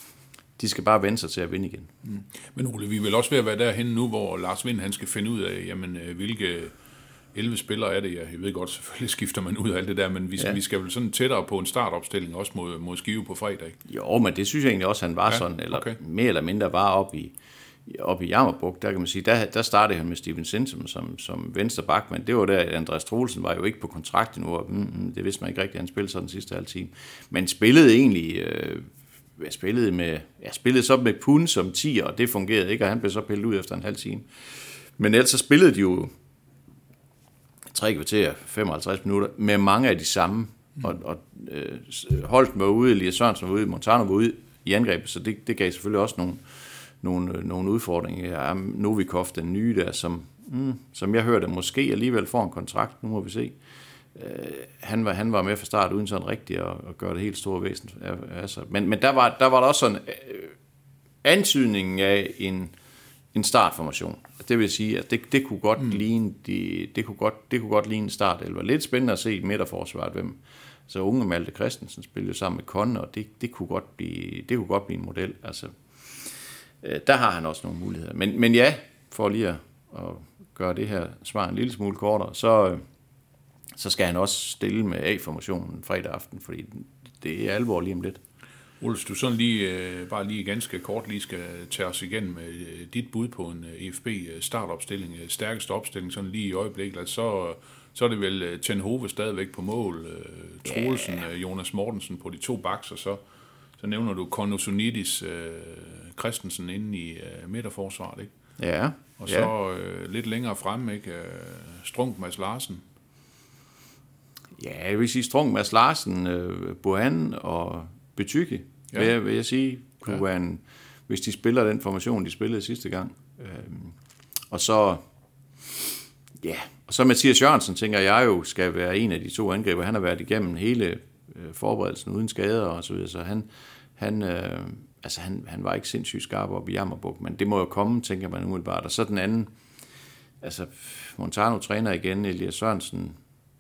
De skal bare vende sig til at vinde igen. Mm. Men Ole, vi vil også ved at være derhen nu, hvor Lars Vind han skal finde ud af, jamen, hvilke elleve spillere er det. Jeg ved godt, selvfølgelig skifter man ud af alt det der, men vi, ja. vi skal vel sådan tættere på en startopstilling også mod, mod Skive på fredag. Ikke? Jo, men det synes jeg egentlig også, han var ja, sådan, eller okay. mere eller mindre var oppe i, oppe i Jammerbugt. Der kan man sige, der, der startede han med Steven Sinsom som, som venstre bak, men det var der, Andreas Troelsen var jo ikke på kontrakt endnu, og mm, det vidste man ikke rigtigt, han spillede sådan den sidste halve time. Men spillede egentlig... Øh, Jeg spillede, med, jeg spillede så med Pun som tier, og det fungerede ikke, og han blev så pillet ud efter en halv time. Men ellers så spillede de jo tre kvarter, femoghalvtreds minutter, med mange af de samme. Mm. Og, og øh, Holten var ude, Elias Sørensen var ude, Montano var ude i angrebet, så det, det gav selvfølgelig også nogle, nogle, nogle udfordringer. Ja, Novikov, den nye der, som, mm, som jeg hørte, måske alligevel får en kontrakt, nu må vi se. Han var, han var med fra start uden sådan rigtigt at, at gøre det helt store væsen. Altså, men men der, var, der var der også sådan øh, antydningen af en, en startformation. Det vil sige, at det, det kunne godt mm. ligne de, det kunne godt det kunne godt ligne en start. Det var lidt spændende at se i midterforsvaret, hvem så unge Malte Christensen spillede sammen med Conne, og det, det kunne godt blive det kunne godt blive en model. Altså øh, der har han også nogle muligheder. Men men ja, for lige at, at gøre det her svar en lille smule kortere, så øh, så skal han også stille med A-formationen fredag aften, fordi det er alvor lige om lidt. Ulf, du sådan lige, bare lige ganske kort lige skal tage os igennem dit bud på en E F B startopstilling, stærkeste opstilling, sådan lige i øjeblikket, så, så er det vel Ten Hove stadigvæk på mål, Troelsen, yeah. Jonas Mortensen på de to backs, og så, så nævner du Konosunidis, Christensen inde i midterforsvaret, ikke? Ja. Og så ja. lidt længere fremme, ikke? Strunk, Mads Larsen. Ja, jeg vil sige Strunk, Mads Larsen, øh, Bohan og Betyke, ja. vil, jeg, vil jeg sige, kunne ja. være en, hvis de spiller den formation, de spillede sidste gang. Øhm, og så, ja, og så Mathias Jørgensen, tænker jeg jo, skal være en af de to angriber. Han har været igennem hele øh, forberedelsen uden skader og så videre, så han, han, øh, altså han, han var ikke sindssygt skarp op i Jammerbugt, men det må jo komme, tænker man umiddelbart. Og så den anden, altså Montano træner igen, Elias Sørensen,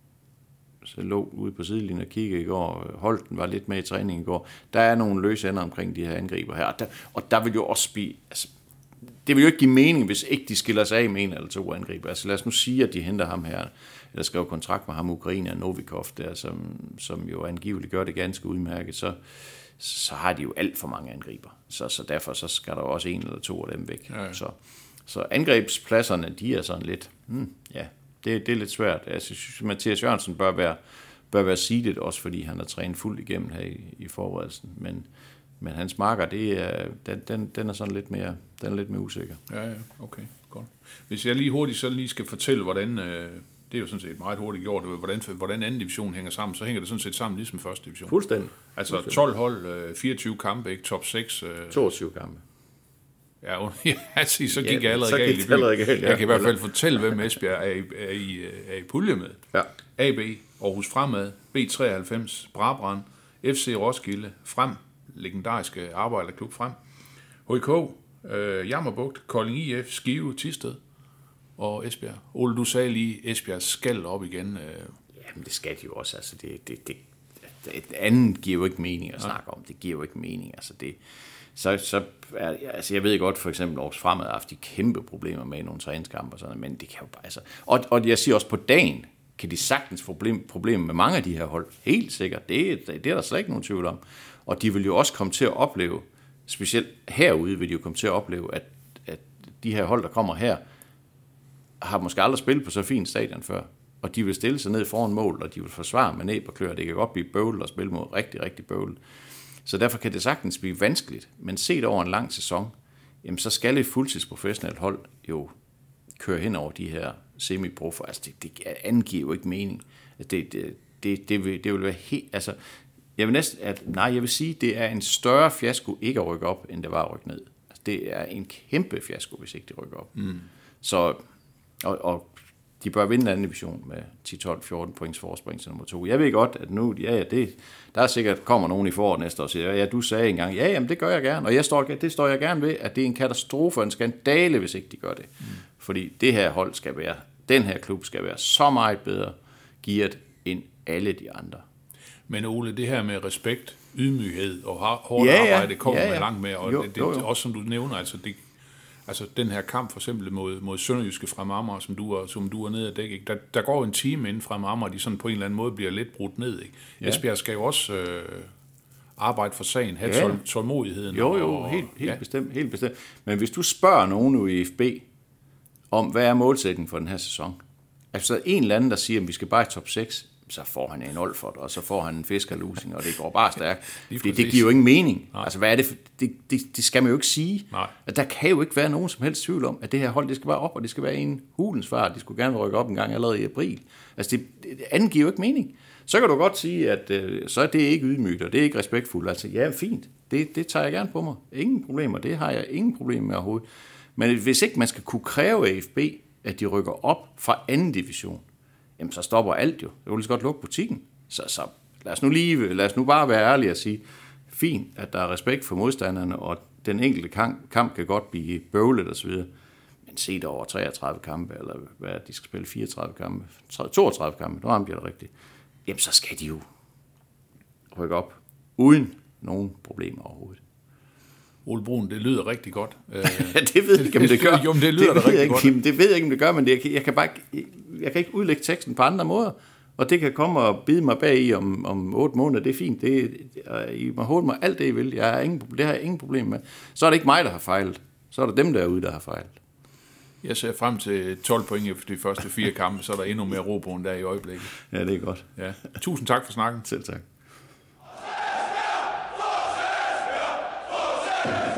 så lå ude på sidelinjen og kiggede i går, Holten var lidt med i træningen i går, der er nogle løse ender omkring de her angriber her, og der, og der vil jo også blive, altså, det vil jo ikke give mening, hvis ikke de skiller sig af med en eller to angriber. Altså lad os nu sige, at de henter ham her, eller skriver kontrakt med ham, Ukraine og Novikov, der, som, som jo angiveligt gør det ganske udmærket, så, så har de jo alt for mange angriber. Så, så derfor så skal der jo også en eller to af dem væk. Ja, ja. Så, så angrebspladserne, de er sådan lidt, hmm, ja, det, det er lidt svært. Jeg synes, Mathias Jørgensen bør være, bør være seedet, også fordi han har trænet fuldt igennem her i, i forberedelsen. Men, men hans marker, det er, den, den, den er sådan lidt mere, den er lidt mere usikker. Ja, ja, okay, godt. Hvis jeg lige hurtigt så lige skal fortælle, hvordan, øh, det er jo sådan set meget hurtigt gjort, hvordan, hvordan anden division hænger sammen, så hænger det sådan set sammen ligesom første division. Fuldstændig. Altså Fuldstændig. tolv hold, øh, fireogtyve kampe, ikke? Top seks. Øh, toogtyve kampe. Ja, ja altså, så gik ja, jeg allerede galt galt i byen. Galt, ja. Jeg kan i hvert fald fortælle, hvem Esbjerg er i, er i, er i pulje med. Ja. A B, Aarhus Fremad, B treoghalvfems, Brabrand, F C Roskilde, Frem, legendariske arbejderklub Frem, H I K, øh, Jammerbugt, Kolding I F, Skive, Thisted og Esbjerg. Ole, du sagde lige, Esbjerg skal op igen. Øh. Jamen, det skal de jo også. Altså, det, det, det, det andet giver jo ikke mening at snakke om. Det giver jo ikke mening. Altså, det, så, så er, altså, jeg ved godt, for eksempel Aarhus Fremad har haft de kæmpe problemer med nogle træningskampe og sådan, men det kan jo bare... Altså, og, og jeg siger også, på dagen kan de sagtens få problem, problemer med mange af de her hold. Helt sikkert. Det, det, det er der slet ikke nogen tvivl om. Og de vil jo også komme til at opleve, specielt herude vil de jo komme til at opleve, at, at de her hold, der kommer her, har måske aldrig spillet på så fint stadion før. Og de vil stille sig ned foran mål, og de vil forsvare med næb og klør. Det kan godt blive bøvlet at spille mod rigtig, rigtig bøvlet. Så derfor kan det sagtens blive vanskeligt. Men set over en lang sæson, jamen så skal et fuldtidsprofessionelt hold jo køre hen over de her semi-profer. Altså det, det angiver jo ikke mening. Det, det, det, det, vil, det vil være helt... Altså, jeg vil næsten... At, nej, jeg vil sige, det er en større fiasko ikke at rykke op, end det var at rykke ned. Altså, det er en kæmpe fiasko, hvis ikke de rykker op. Mm. Så... Og, og de bør vinde anden division med ti, tolv, fjorten points forspring til nummer to. Jeg ved godt, at nu, ja, ja, det, der er sikkert kommer nogen i foråret næste år og siger, ja, du sagde engang, ja, jamen det gør jeg gerne, og jeg står, det står jeg gerne ved, at det er en katastrofe og en skandale, hvis ikke de gør det. Mm. Fordi det her hold skal være, den her klub skal være så meget bedre gearet end alle de andre. Men Ole, det her med respekt, ydmyghed og hårdt ja, ja. arbejde kommer ja, ja. man langt med, og jo, det, det, jo, jo. også som du nævner, altså det, altså den her kamp for eksempel mod, mod Sønderjyske fra Amager, som du er, som du er nede at dække, ikke? Der, der går en time inden fra Amager, de sådan på en eller anden måde bliver lidt brudt ned. Ikke? Ja. Esbjerg skal jo også øh, arbejde for sagen, have ja. tål, tålmodigheden. Jo, jo, og, helt, helt, ja. bestemt, helt bestemt. Men hvis du spørger nogen nu i F B, om hvad er målsætningen for den her sæson, altså en eller anden, der siger, at vi skal bare i top seks, så får han en Olfert, og så får han en fiskerlusing, og det går bare stærkt. det, det giver jo ingen mening. Nej. Altså, hvad er det, for, det, det, det skal man jo ikke sige. At der kan jo ikke være nogen som helst tvivl om, at det her hold, det skal være op, og det skal være en hulens fart. De skulle gerne rykke op en gang allerede i april. Altså, det, det andet giver jo ikke mening. Så kan du godt sige, at øh, så er det ikke ydmygt, og det er ikke respektfuldt. Altså, ja, fint. Det, det tager jeg gerne på mig. Ingen problemer. Det har jeg ingen problemer med overhovedet. Men hvis ikke man skal kunne kræve af F B, at de rykker op fra anden division, jamen så stopper alt jo. Det vil lige så godt lukke butikken. Så, så lad os nu lige, lad os nu bare være ærlige og sige, fint, at der er respekt for modstanderne, og den enkelte kamp, kamp kan godt blive bøvlet og så videre. Men set over treogtredive kampe, eller hvad de skal spille, fireogtredive kampe, toogtredive kampe, nu rammer de det rigtigt. Jamen så skal de jo rykke op, uden nogen problemer overhovedet. Ole Brun, det lyder rigtig godt. det ved jeg ikke, om det gør. Jo, men det lyder det da rigtig ikke, godt. Det ved jeg ikke, om det gør, men det, jeg, jeg, kan bare ikke, jeg kan ikke udlægge teksten på andre måder. Og det kan komme og bide mig bag i om, om otte måneder. Det er fint. Det, I må holde mig alt det, I vil. Jeg har ingen, det har jeg ingen problem med. Så er det ikke mig, der har fejlet. Så er det dem derude, der har fejlet. Jeg ser frem til tolv point efter de første fire kampe, så er der endnu mere ro på, end der i øjeblikket. Ja, det er godt. Ja. Tusind tak for snakken. Selv tak. Yeah.